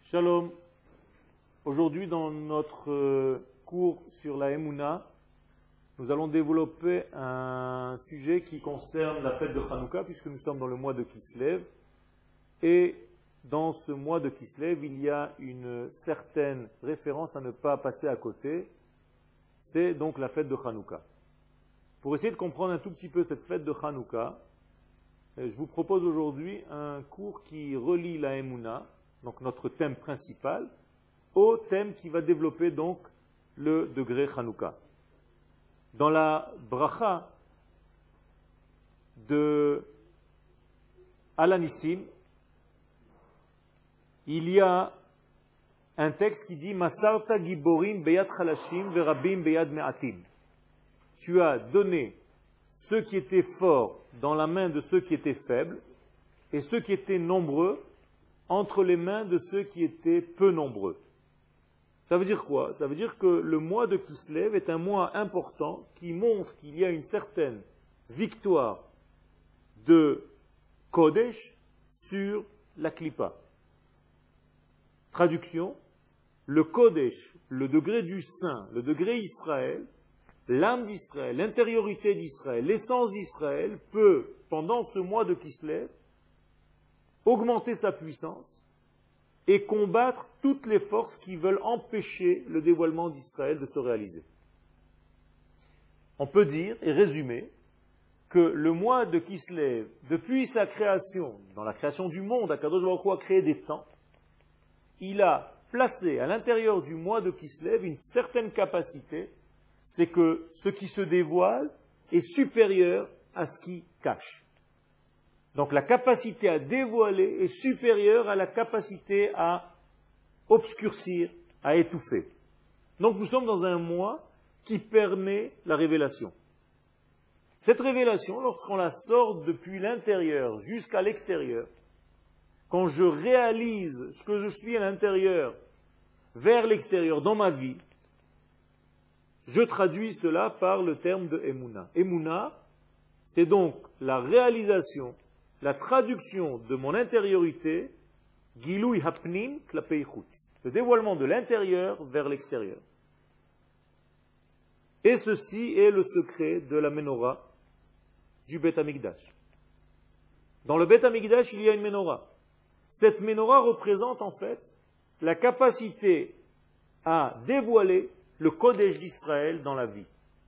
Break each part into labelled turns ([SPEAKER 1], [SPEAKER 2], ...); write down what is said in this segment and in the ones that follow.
[SPEAKER 1] Shalom. Aujourd'hui, dans notre cours sur la Emouna, nous allons développer un sujet qui concerne la fête de Hanouka, puisque nous sommes dans le mois de Kislev. Et dans ce mois de Kislev, il y a une certaine référence à ne pas passer à côté. C'est donc la fête de Hanouka. Pour essayer de comprendre un tout petit peu cette fête de Hanouka, je vous propose aujourd'hui un cours qui relie la Emouna, donc notre thème principal, au thème qui va développer donc le degré Hanouka. Dans la bracha de Alanissim, il y a un texte qui dit Masarta giborim beyad chalashim verabim beyad me'atim. Tu as donné ceux qui étaient forts dans la main de ceux qui étaient faibles et ceux qui étaient nombreux entre les mains de ceux qui étaient peu nombreux. Ça veut dire quoi? Ça veut dire que le mois de Kislev est un mois important qui montre qu'il y a une certaine victoire de Kodesh sur la Klippa. Traduction, le Kodesh, le degré du Saint, le degré Israël, l'âme d'Israël, l'intériorité d'Israël, l'essence d'Israël peut, pendant ce mois de Kislev, augmenter sa puissance et combattre toutes les forces qui veulent empêcher le dévoilement d'Israël de se réaliser. On peut dire et résumer que le mois de Kislev, depuis sa création, dans la création du monde, Akadosh Baruch Hu a créé des temps, il a placé à l'intérieur du mois de Kislev une certaine capacité, c'est que ce qui se dévoile est supérieur à ce qui cache. Donc la capacité à dévoiler est supérieure à la capacité à obscurcir, à étouffer. Donc nous sommes dans un mois qui permet la révélation. Cette révélation, lorsqu'on la sort depuis l'intérieur jusqu'à l'extérieur, quand je réalise ce que je suis à l'intérieur vers l'extérieur dans ma vie, je traduis cela par le terme de Emouna. Emouna, c'est donc la réalisation, la traduction de mon intériorité, Gilui hapnim klapei chutz, le dévoilement de l'intérieur vers l'extérieur. Et ceci est le secret de la menorah du Beth Amikdash. Dans le Beth Amikdash, il y a une menorah. Cette menorah représente en fait la capacité à dévoiler le Kodesh d'Israël dans la vie.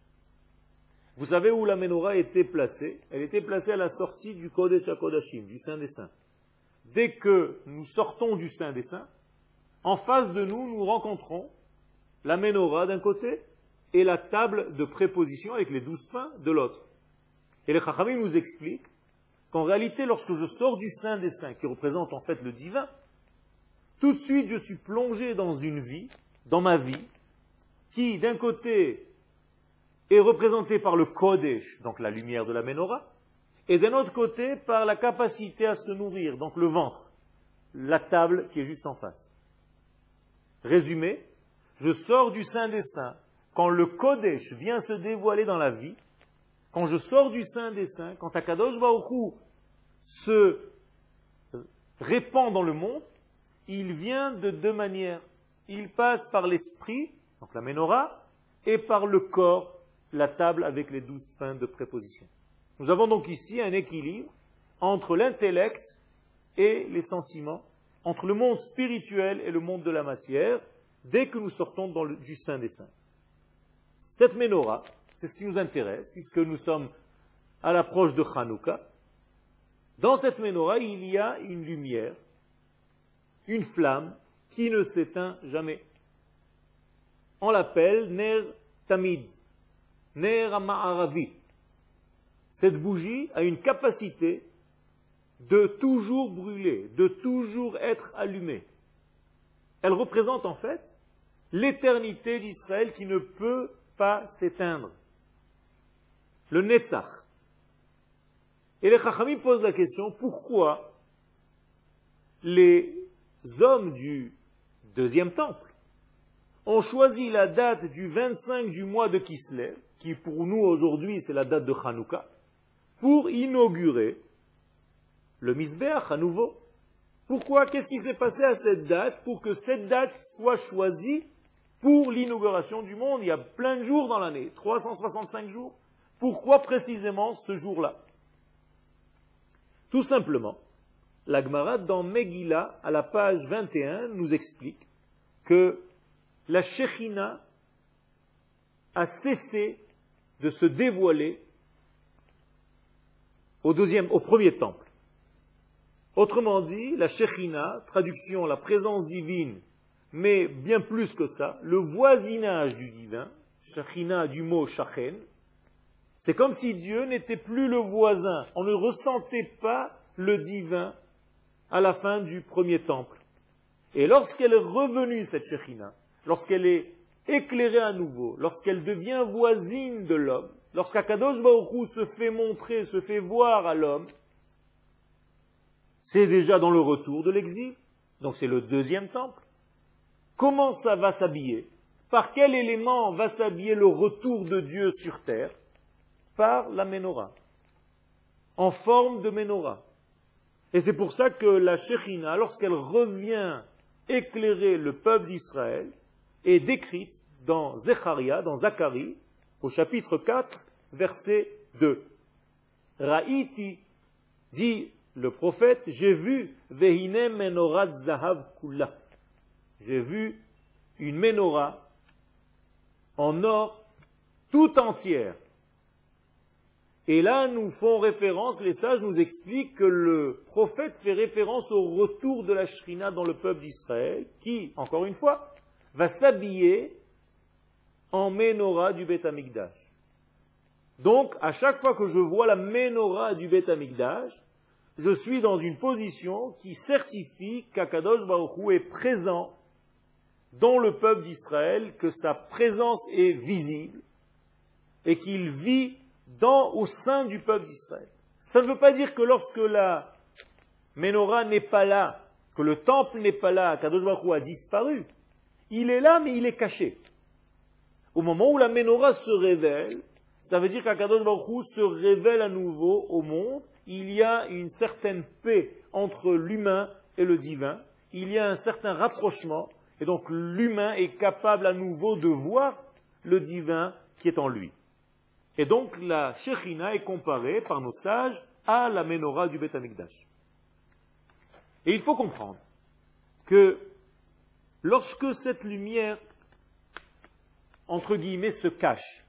[SPEAKER 1] Vous savez où la menorah était placée? Elle était placée à la sortie du Kodesh HaKodashim, du Saint des Saints. Dès que nous sortons du Saint des Saints, en face de nous, nous rencontrons la menorah d'un côté et la table de préposition avec les 12 pains de l'autre. Et les Chachamim nous expliquent qu'en réalité, lorsque je sors du Saint des Saints, qui représente en fait le divin, tout de suite je suis plongé dans une vie, dans ma vie, qui d'un côté est représentée par le Kodesh, donc la lumière de la menorah, et d'un autre côté par la capacité à se nourrir, donc le ventre, la table qui est juste en face. Résumé, je sors du Saint des Saints, quand le Kodesh vient se dévoiler dans la vie, quand je sors du Saint des Saints, quand Akadosh Baruch Hu se répand dans le monde, il vient de deux manières. Il passe par l'esprit, donc la menorah, et par le corps, la table avec les 12 pains de préposition. Nous avons donc ici un équilibre entre l'intellect et les sentiments, entre le monde spirituel et le monde de la matière, dès que nous sortons du Saint des Saints. Cette menorah, c'est ce qui nous intéresse, puisque nous sommes à l'approche de Hanouka. Dans cette menorah, il y a une lumière, une flamme qui ne s'éteint jamais. On l'appelle Ner Tamid, Ner Ma'aravi. Cette bougie a une capacité de toujours brûler, de toujours être allumée. Elle représente en fait l'éternité d'Israël qui ne peut pas s'éteindre. Le Netzach. Et les Chachamim posent la question, pourquoi les hommes du deuxième temple ont choisi la date du 25 du mois de Kislev, qui pour nous aujourd'hui c'est la date de Hanouka, pour inaugurer le Misbeach à nouveau. Pourquoi? Qu'est-ce qui s'est passé à cette date pour que cette date soit choisie pour l'inauguration du monde? Il y a plein de jours dans l'année, 365 jours. Pourquoi précisément ce jour-là? Tout simplement, la Gemara dans Megillah, à la page 21, nous explique que la Shekhinah a cessé de se dévoiler au premier temple. Autrement dit, la Shekhinah, traduction, la présence divine, mais bien plus que ça, le voisinage du divin, Shekhinah du mot Shachen, c'est comme si Dieu n'était plus le voisin. On ne ressentait pas le divin à la fin du premier temple. Et lorsqu'elle est revenue, cette Shekhinah, lorsqu'elle est éclairée à nouveau, lorsqu'elle devient voisine de l'homme, lorsqu'Akadosh Baruch Hu se fait montrer, se fait voir à l'homme, c'est déjà dans le retour de l'exil, donc c'est le deuxième temple. Comment ça va s'habiller? Par quel élément va s'habiller le retour de Dieu sur terre? Par la Ménorah, en forme de Ménorah. Et c'est pour ça que la Shekhinah, lorsqu'elle revient éclairer le peuple d'Israël, est décrite dans Zecharia, dans Zacharie, au chapitre 4, verset 2. Ra'iti, dit le prophète, j'ai vu Vehine Menorat Zahav Kula. J'ai vu une Ménorah en or tout entière. Et là, nous font référence, les sages nous expliquent que le prophète fait référence au retour de la Shrina dans le peuple d'Israël, qui, encore une fois, va s'habiller en Ménorah du Beth Amikdash. Donc, à chaque fois que je vois la Ménorah du Beth Amikdash, je suis dans une position qui certifie qu'Akadosh Baruch Hu est présent dans le peuple d'Israël, que sa présence est visible et qu'il vit au sein du peuple d'Israël. Ça ne veut pas dire que lorsque la Ménorah n'est pas là, que le temple n'est pas là, qu'Akadosh Baruch Hu a disparu. Il est là, mais il est caché. Au moment où la Ménorah se révèle, ça veut dire qu'Akadosh Baruch Hu se révèle à nouveau au monde. Il y a une certaine paix entre l'humain et le divin. Il y a un certain rapprochement. Et donc l'humain est capable à nouveau de voir le divin qui est en lui. Et donc la Shekhinah est comparée par nos sages à la Ménorah du Beth Amikdash. Et il faut comprendre que lorsque cette lumière, entre guillemets, se cache,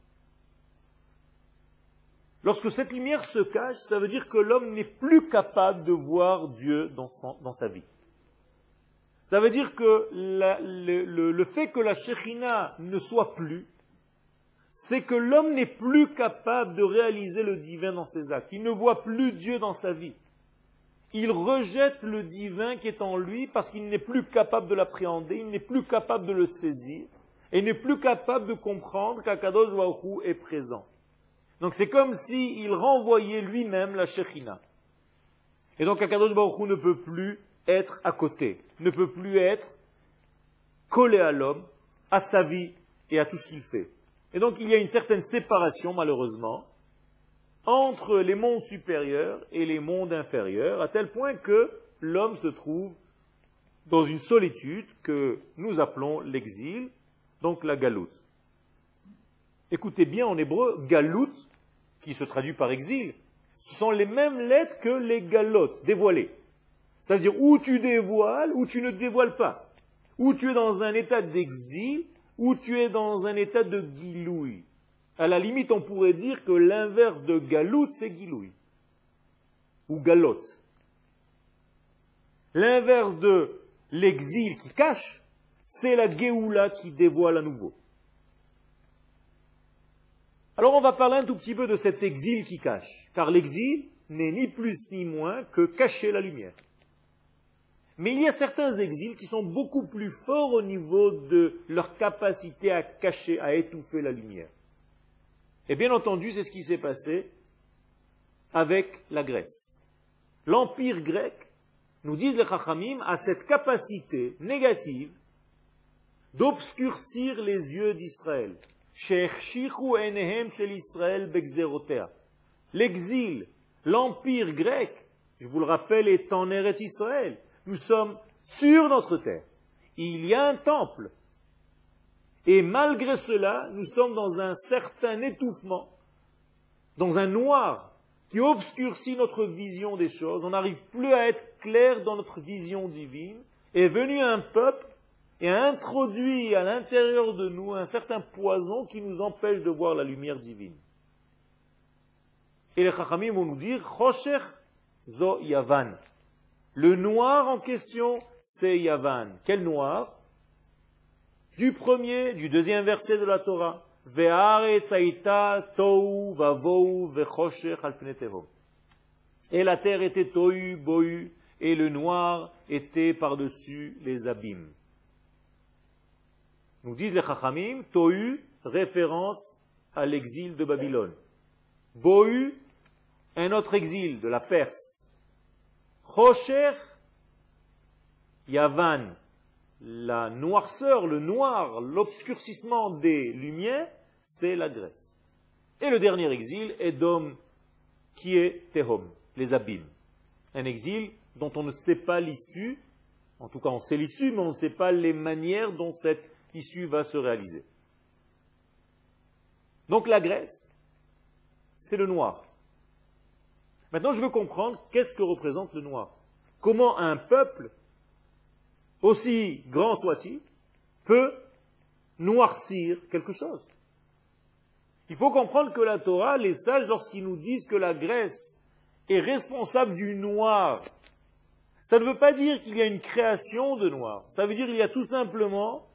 [SPEAKER 1] lorsque cette lumière se cache, ça veut dire que l'homme n'est plus capable de voir Dieu dans sa vie. Ça veut dire que le fait que la Shekhinah ne soit plus, c'est que l'homme n'est plus capable de réaliser le divin dans ses actes. Il ne voit plus Dieu dans sa vie. Il rejette le divin qui est en lui parce qu'il n'est plus capable de l'appréhender, il n'est plus capable de le saisir, et n'est plus capable de comprendre qu'Akadosh Baruch Hu est présent. Donc c'est comme s'il renvoyait lui-même la Shekhinah. Et donc Akadosh Baruch Hu ne peut plus être à côté, ne peut plus être collé à l'homme, à sa vie et à tout ce qu'il fait. Et donc il y a une certaine séparation, malheureusement, entre les mondes supérieurs et les mondes inférieurs, à tel point que l'homme se trouve dans une solitude que nous appelons l'exil, donc la galoute. Écoutez bien en hébreu, galoute, qui se traduit par exil, ce sont les mêmes lettres que les galotes, dévoilées. Ça veut dire ou tu dévoiles, ou tu ne dévoiles pas. Ou tu es dans un état d'exil, ou tu es dans un état de giloui. À la limite, on pourrait dire que l'inverse de galoute, c'est giloui. Ou galote. L'inverse de l'exil qui cache, c'est la Géoula qui dévoile à nouveau. Alors on va parler un tout petit peu de cet exil qui cache. Car l'exil n'est ni plus ni moins que cacher la lumière. Mais il y a certains exils qui sont beaucoup plus forts au niveau de leur capacité à cacher, à étouffer la lumière. Et bien entendu, c'est ce qui s'est passé avec la Grèce. L'Empire grec, nous disent les Chachamim, a cette capacité négative d'obscurcir les yeux d'Israël. L'exil, l'Empire grec, je vous le rappelle, est en Eretz Israël. nous sommes sur notre terre. Il y a un temple. Et malgré cela, nous sommes dans un certain étouffement, dans un noir qui obscurcit notre vision des choses. On n'arrive plus à être clair dans notre vision divine. Est venu un peuple et a introduit à l'intérieur de nous un certain poison qui nous empêche de voir la lumière divine. Et les Chachamim vont nous dire, Choshech zo Yavan. Le noir en question, c'est Yavan. Quel noir? Du deuxième verset de la Torah. Ve'aretz haïta tohu vavohu vechoshech al pnei tehom. Et la terre était tohu bohu, et le noir était par-dessus les abîmes. Nous disent les Chachamim, tohu, référence à l'exil de Babylone. Bohu, un autre exil de la Perse. Choshech, Yavan, la noirceur, le noir, l'obscurcissement des lumières, c'est la Grèce. Et le dernier exil, Édom, qui est Tehom, les abîmes. Un exil dont on ne sait pas l'issue, en tout cas on sait l'issue, mais on ne sait pas les manières dont cette issue va se réaliser. Donc la Grèce, c'est le noir. Maintenant je veux comprendre qu'est-ce que représente le noir. Comment un peuple, aussi grand soit-il, peut noircir quelque chose. Il faut comprendre que la Torah, les sages, lorsqu'ils nous disent que la Grèce est responsable du noir, ça ne veut pas dire qu'il y a une création de noir. Ça veut dire qu'il y a tout simplement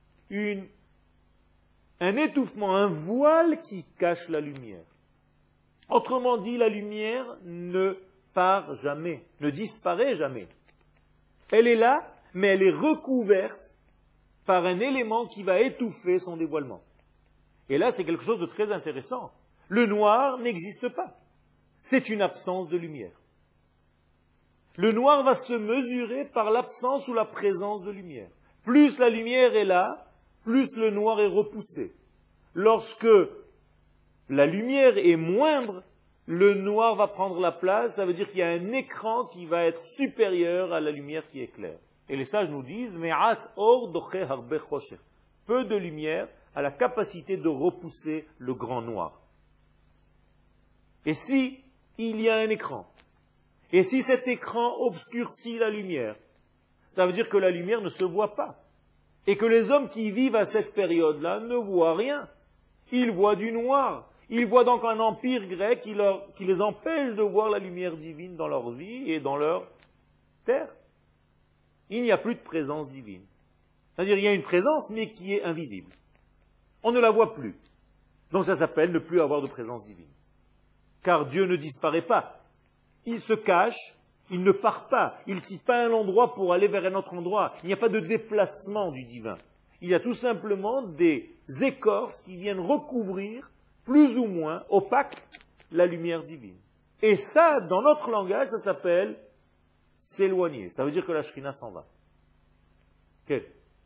[SPEAKER 1] un étouffement, un voile qui cache la lumière. Autrement dit, la lumière ne part jamais, ne disparaît jamais. Elle est là, mais elle est recouverte par un élément qui va étouffer son dévoilement. Et là, c'est quelque chose de très intéressant. Le noir n'existe pas. C'est une absence de lumière. Le noir va se mesurer par l'absence ou la présence de lumière. Plus la lumière est là, plus le noir est repoussé. Lorsque la lumière est moindre, le noir va prendre la place, ça veut dire qu'il y a un écran qui va être supérieur à la lumière qui éclaire. Et les sages nous disent, Me'at or doche harbe choshech. Peu de lumière a la capacité de repousser le grand noir. Et si il y a un écran, et si cet écran obscurcit la lumière, ça veut dire que la lumière ne se voit pas. Et que les hommes qui vivent à cette période-là ne voient rien. Ils voient du noir. Ils voient donc un empire grec qui les empêche de voir la lumière divine dans leur vie et dans leur terre. Il n'y a plus de présence divine. C'est-à-dire qu'il y a une présence, mais qui est invisible. On ne la voit plus. Donc ça s'appelle ne plus avoir de présence divine. Car Dieu ne disparaît pas. Il se cache, il ne part pas. Il ne quitte pas un endroit pour aller vers un autre endroit. Il n'y a pas de déplacement du divin. Il y a tout simplement des écorces qui viennent recouvrir, plus ou moins opaque, la lumière divine. Et ça, dans notre langage, ça s'appelle s'éloigner. Ça veut dire que la Shrina s'en va. Okay.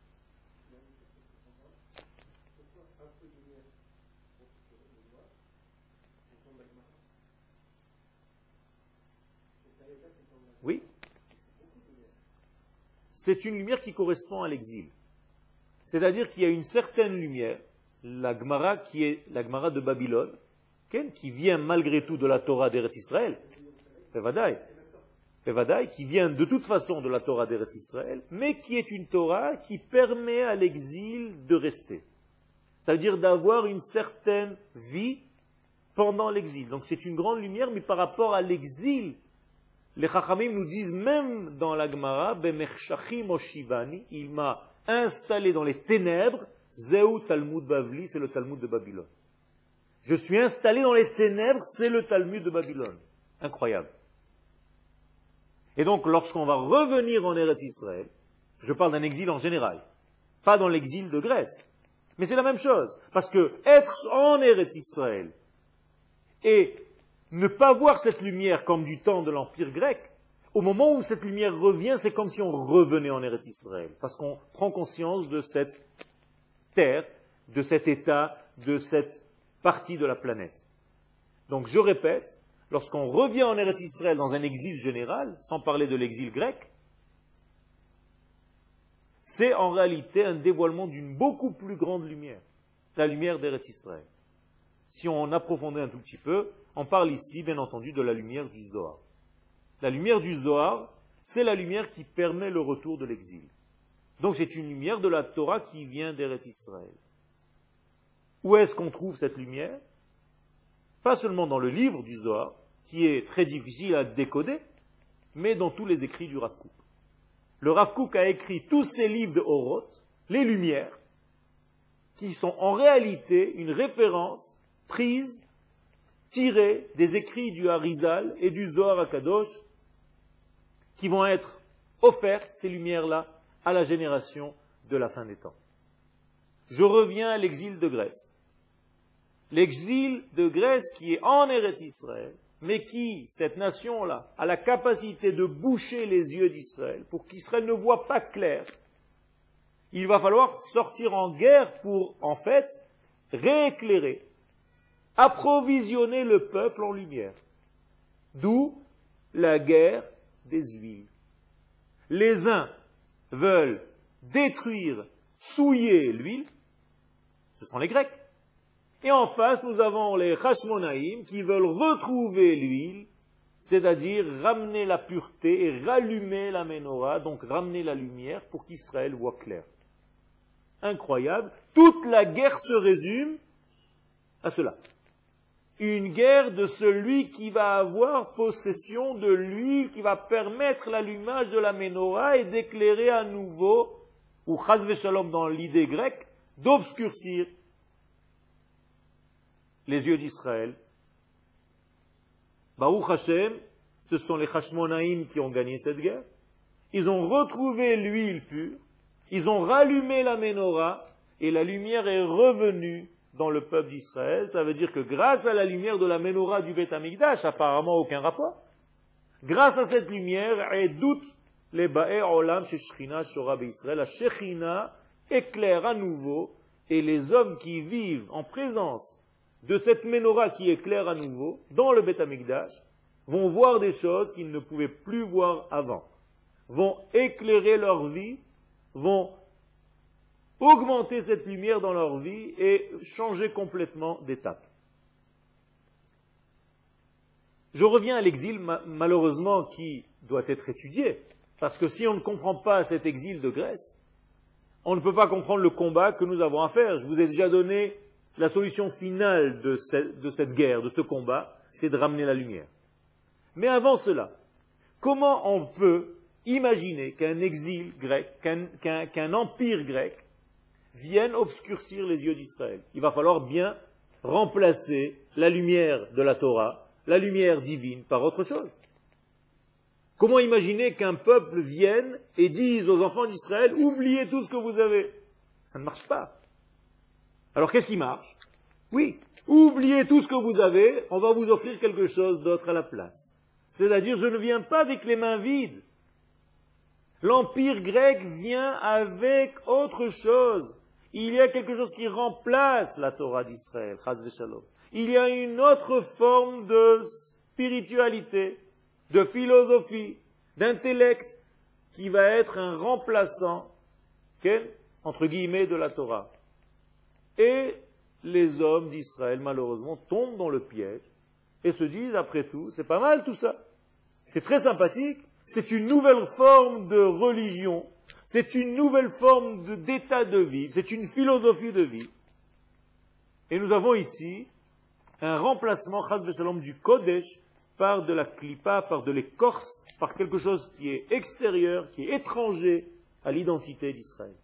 [SPEAKER 1] Oui. C'est une lumière qui correspond à l'exil. C'est-à-dire qu'il y a une certaine lumière, la Gemara qui est la Gemara de Babylone, qui vient malgré tout de la Torah d'Eretz Israël, qui vient de toute façon de la Torah d'Eretz Israël, mais qui est une Torah qui permet à l'exil de rester. Ça veut dire d'avoir une certaine vie pendant l'exil. Donc c'est une grande lumière, mais par rapport à l'exil, les Chachamim nous disent même dans la Gemara, Bemershachim Oshivani, il m'a installé dans les ténèbres, Zeu Talmud Bavli, c'est le Talmud de Babylone. Je suis installé dans les ténèbres, c'est le Talmud de Babylone. Incroyable. Et donc, lorsqu'on va revenir en Eretz Israël, je parle d'un exil en général, pas dans l'exil de Grèce, mais c'est la même chose. Parce que être en Eretz Israël et ne pas voir cette lumière comme du temps de l'Empire grec, au moment où cette lumière revient, c'est comme si on revenait en Eretz Israël. Parce qu'on prend conscience de cette terre, de cet état, de cette partie de la planète. Donc je répète, lorsqu'on revient en Eretz Israël dans un exil général, sans parler de l'exil grec, c'est en réalité un dévoilement d'une beaucoup plus grande lumière, la lumière d'Eretz Israël. Si on approfondit un tout petit peu, on parle ici, bien entendu, de la lumière du Zohar. La lumière du Zohar, c'est la lumière qui permet le retour de l'exil. Donc c'est une lumière de la Torah qui vient d'Eretz Israël. Où est-ce qu'on trouve cette lumière? Pas seulement dans le livre du Zohar, qui est très difficile à décoder, mais dans tous les écrits du Rav Kook. Le Rav Kook a écrit tous ces livres de Oroth, les lumières, qui sont en réalité une référence prise, tirée des écrits du Harizal et du Zohar HaKadosh, qui vont être offertes, ces lumières-là, à la génération de la fin des temps. Je reviens à l'exil de Grèce. L'exil de Grèce qui est en Eretz Israël, mais qui, cette nation-là, a la capacité de boucher les yeux d'Israël pour qu'Israël ne voit pas clair. Il va falloir sortir en guerre pour, en fait, rééclairer, approvisionner le peuple en lumière. D'où la guerre des huiles. Les uns veulent détruire, souiller l'huile, ce sont les Grecs. Et en face, nous avons les Hashmonaïm qui veulent retrouver l'huile, c'est-à-dire ramener la pureté et rallumer la menorah, donc ramener la lumière pour qu'Israël voit clair. Incroyable. Toute la guerre se résume à cela. Une guerre de celui qui va avoir possession de l'huile, qui va permettre l'allumage de la menorah et d'éclairer à nouveau, ou chas v'shalom dans l'idée grecque, d'obscurcir les yeux d'Israël. Baruch Hashem, ce sont les Hashmonaïm qui ont gagné cette guerre. Ils ont retrouvé l'huile pure, ils ont rallumé la menorah, et la lumière est revenue dans le peuple d'Israël. Ça veut dire que grâce à la lumière de la menorah du Beth Amikdash, apparemment aucun rapport, grâce à cette lumière, Edout les Ba'e Olam chez Shechina Shora Israël, la Shechina éclaire à nouveau, et les hommes qui vivent en présence de cette menorah qui éclaire à nouveau, dans le Beth Amikdash, vont voir des choses qu'ils ne pouvaient plus voir avant, vont éclairer leur vie, vont augmenter cette lumière dans leur vie et changer complètement d'étape. Je reviens à l'exil, malheureusement, qui doit être étudié, parce que si on ne comprend pas cet exil de Grèce, on ne peut pas comprendre le combat que nous avons à faire. Je vous ai déjà donné la solution finale de cette guerre, de ce combat, c'est de ramener la lumière. Mais avant cela, comment on peut imaginer qu'un exil grec, qu'un empire grec, vienne obscurcir les yeux d'Israël? Il va falloir bien remplacer la lumière de la Torah, la lumière divine, par autre chose. Comment imaginer qu'un peuple vienne et dise aux enfants d'Israël, oubliez tout ce que vous avez? Ça ne marche pas. Alors qu'est-ce qui marche? Oui, oubliez tout ce que vous avez, on va vous offrir quelque chose d'autre à la place. C'est-à-dire, je ne viens pas avec les mains vides. L'empire grec vient avec autre chose. Il y a quelque chose qui remplace la Torah d'Israël, chas v'shalom. Il y a une autre forme de spiritualité, de philosophie, d'intellect, qui va être un remplaçant, entre guillemets, de la Torah. Et les hommes d'Israël, malheureusement, tombent dans le piège et se disent, après tout, c'est pas mal tout ça. C'est très sympathique, c'est une nouvelle forme de religion, c'est une nouvelle forme d'état de vie, c'est une philosophie de vie. Et nous avons ici un remplacement, chas v'shalom, du Kodesh par de la Klippa, par de l'écorce, par quelque chose qui est extérieur, qui est étranger à l'identité d'Israël.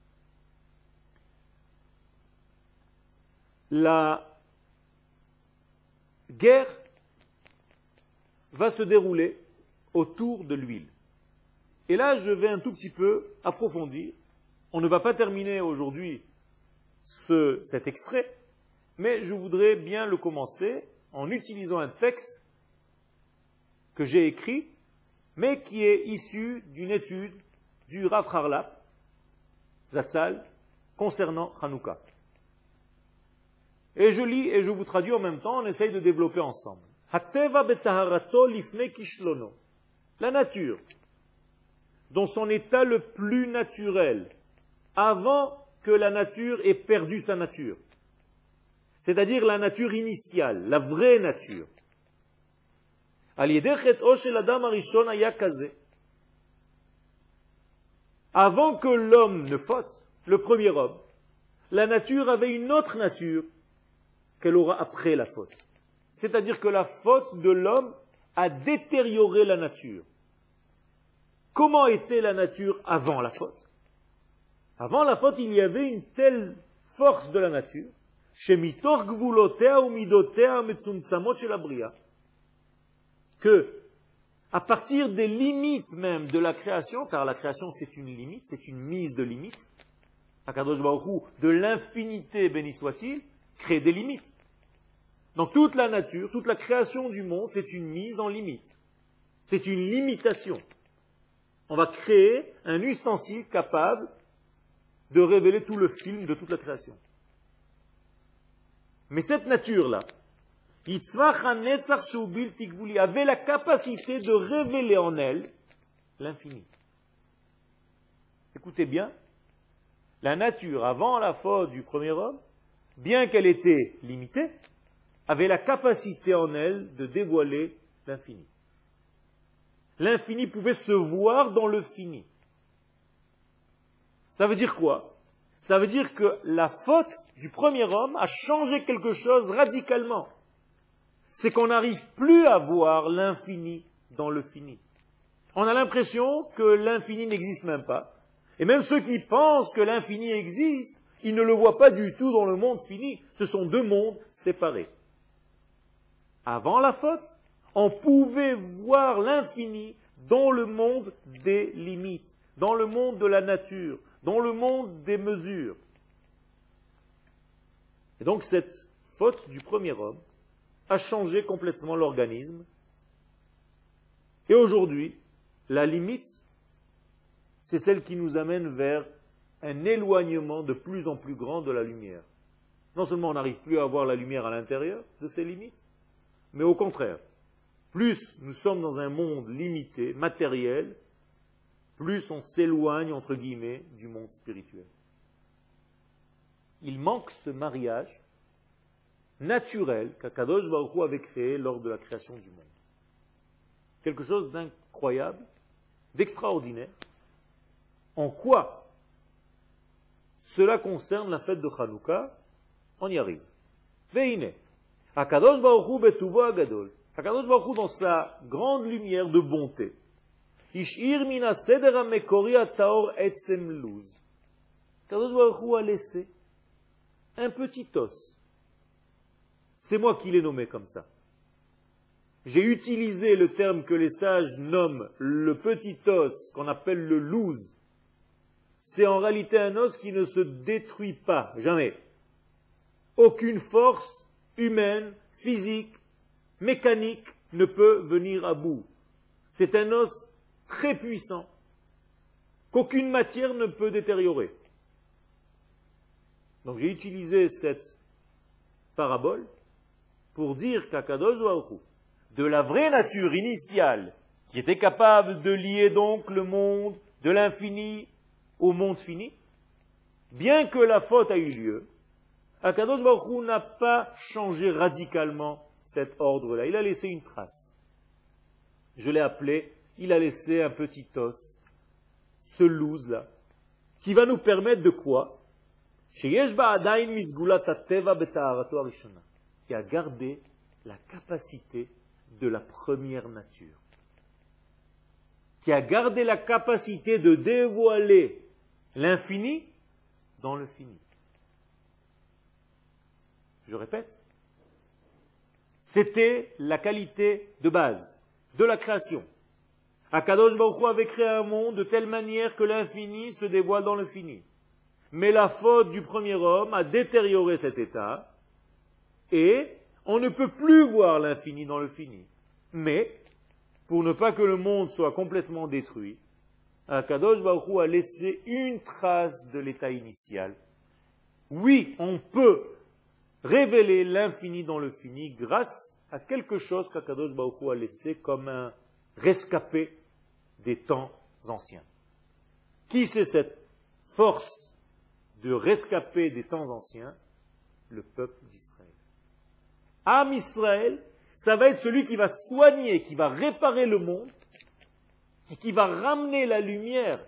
[SPEAKER 1] La guerre va se dérouler autour de l'huile. Et là, je vais un tout petit peu approfondir. On ne va pas terminer aujourd'hui cet extrait, mais je voudrais bien le commencer en utilisant un texte que j'ai écrit, mais qui est issu d'une étude du Rav Harlap, Zatzal, concernant Hanouka. Et je lis et je vous traduis en même temps, on essaye de développer ensemble. La nature dans son état le plus naturel, avant que la nature ait perdu sa nature. C'est-à-dire la nature initiale, la vraie nature. Avant que l'homme ne faute, le premier homme, la nature avait une autre nature qu'elle aura après la faute. C'est-à-dire que la faute de l'homme a détérioré la nature. Comment était la nature avant la faute? Avant la faute, il y avait une telle force de la nature, que, à partir des limites même de la création, car la création c'est une limite, c'est une mise de limites, Akadosh Baruch Hu, de l'infinité béni soit-il, crée des limites. Donc toute la nature, toute la création du monde, c'est une mise en limite. C'est une limitation. On va créer un ustensile capable de révéler tout le film de toute la création. Mais cette nature-là, avait la capacité de révéler en elle l'infini. Écoutez bien, la nature, avant la faute du premier homme, bien qu'elle était limitée, avait la capacité en elle de dévoiler l'infini. L'infini pouvait se voir dans le fini. Ça veut dire quoi? Ça veut dire que la faute du premier homme a changé quelque chose radicalement. C'est qu'on n'arrive plus à voir l'infini dans le fini. On a l'impression que l'infini n'existe même pas. Et même ceux qui pensent que l'infini existe, ils ne le voient pas du tout dans le monde fini. Ce sont deux mondes séparés. Avant la faute, on pouvait voir l'infini dans le monde des limites, dans le monde de la nature, dans le monde des mesures. Et donc cette faute du premier homme a changé complètement l'organisme. Et aujourd'hui, la limite, c'est celle qui nous amène vers un éloignement de plus en plus grand de la lumière. Non seulement on n'arrive plus à voir la lumière à l'intérieur de ces limites, mais au contraire, plus nous sommes dans un monde limité, matériel, plus on s'éloigne, entre guillemets, du monde spirituel. Il manque ce mariage naturel qu'Akadosh Baruch Hu avait créé lors de la création du monde. Quelque chose d'incroyable, d'extraordinaire. En quoi cela concerne la fête de Hanouka? On y arrive. Veine, Akadosh Baruch Hu betuvo agadol. Akadosh Baruch Hu, dans sa grande lumière de bonté, Ishir mina seder hamekori hataor etzem luz. Akadosh Baruch Hu a laissé un petit os. C'est moi qui l'ai nommé comme ça. J'ai utilisé le terme que les sages nomment le petit os, qu'on appelle le luz. C'est en réalité un os qui ne se détruit pas, jamais. Aucune force humaine, physique, mécanique ne peut venir à bout. C'est un os très puissant, qu'aucune matière ne peut détériorer. Donc j'ai utilisé cette parabole pour dire qu'Akadosh Baruch Hu, de la vraie nature initiale, qui était capable de lier donc le monde de l'infini au monde fini, bien que la faute a eu lieu, Akadosh Baruch Hu n'a pas changé radicalement cet ordre-là. Il a laissé une trace. Je l'ai appelé, il a laissé un petit os, ce loose-là, qui va nous permettre de quoi? Qui a gardé la capacité de la première nature. Qui a gardé la capacité de dévoiler l'infini dans le fini. Je répète, c'était la qualité de base de la création. Akadosh Baruch Hu avait créé un monde de telle manière que l'infini se dévoile dans le fini. Mais la faute du premier homme a détérioré cet état, et on ne peut plus voir l'infini dans le fini. Mais, pour ne pas que le monde soit complètement détruit, Akadosh Baruch Hu a laissé une trace de l'état initial. Oui, on peut révéler l'infini dans le fini grâce à quelque chose qu'Akadosh Baruch Hu a laissé comme un rescapé des temps anciens. Qui c'est cette force de rescapé des temps anciens? Le peuple d'Israël. Am Israël, ça va être celui qui va soigner, qui va réparer le monde et qui va ramener la lumière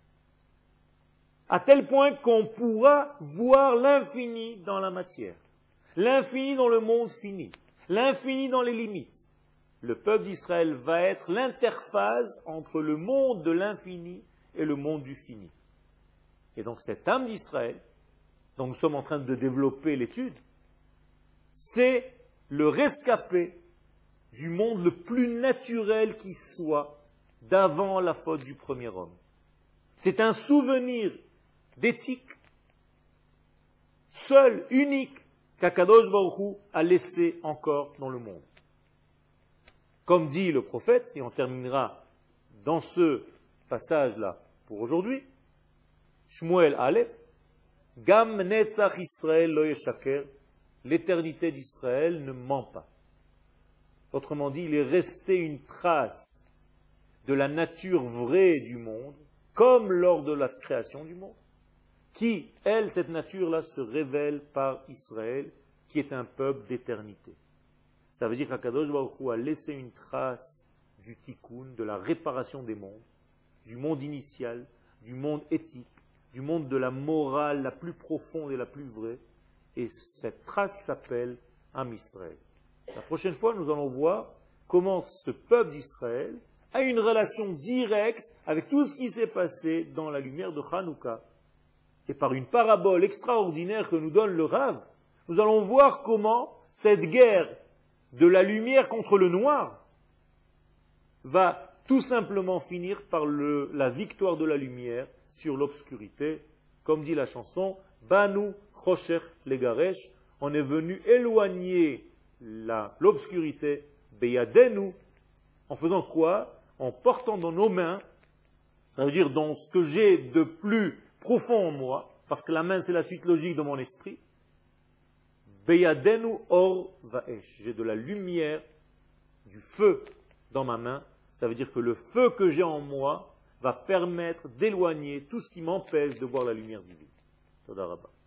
[SPEAKER 1] à tel point qu'on pourra voir l'infini dans la matière, l'infini dans le monde fini, l'infini dans les limites. Le peuple d'Israël va être l'interface entre le monde de l'infini et le monde du fini. Et donc cette âme d'Israël, dont nous sommes en train de développer l'étude, c'est le rescapé du monde le plus naturel qui soit d'avant la faute du premier homme. C'est un souvenir d'éthique seul, unique, qu'Akadosh Baruch Hu a laissé encore dans le monde. Comme dit le prophète, et on terminera dans ce passage-là pour aujourd'hui, Shmuel Aleph, Gam Netzach Israël lo yeshaker, l'éternité d'Israël ne ment pas. Autrement dit, il est resté une trace de la nature vraie du monde, comme lors de la création du monde, qui, elle, cette nature-là, se révèle par Israël, qui est un peuple d'éternité. Ça veut dire qu'Akadosh Baruch Hu a laissé une trace du tikkun, de la réparation des mondes, du monde initial, du monde éthique, du monde de la morale la plus profonde et la plus vraie, et cette trace s'appelle Am Israël. La prochaine fois, nous allons voir comment ce peuple d'Israël a une relation directe avec tout ce qui s'est passé dans la lumière de Hanouka. Et par une parabole extraordinaire que nous donne le Rav, nous allons voir comment cette guerre de la lumière contre le noir va tout simplement finir par la victoire de la lumière sur l'obscurité. Comme dit la chanson, Banu Choshech Legaresh, on est venu éloigner l'obscurité, Beyadenu, en faisant quoi? En portant dans nos mains, ça veut dire dans ce que j'ai de plus profond en moi, parce que la main c'est la suite logique de mon esprit, Beyadenu Or Vaesh, j'ai de la lumière, du feu dans ma main, ça veut dire que le feu que j'ai en moi va permettre d'éloigner tout ce qui m'empêche de voir la lumière divine. Toda Rabba.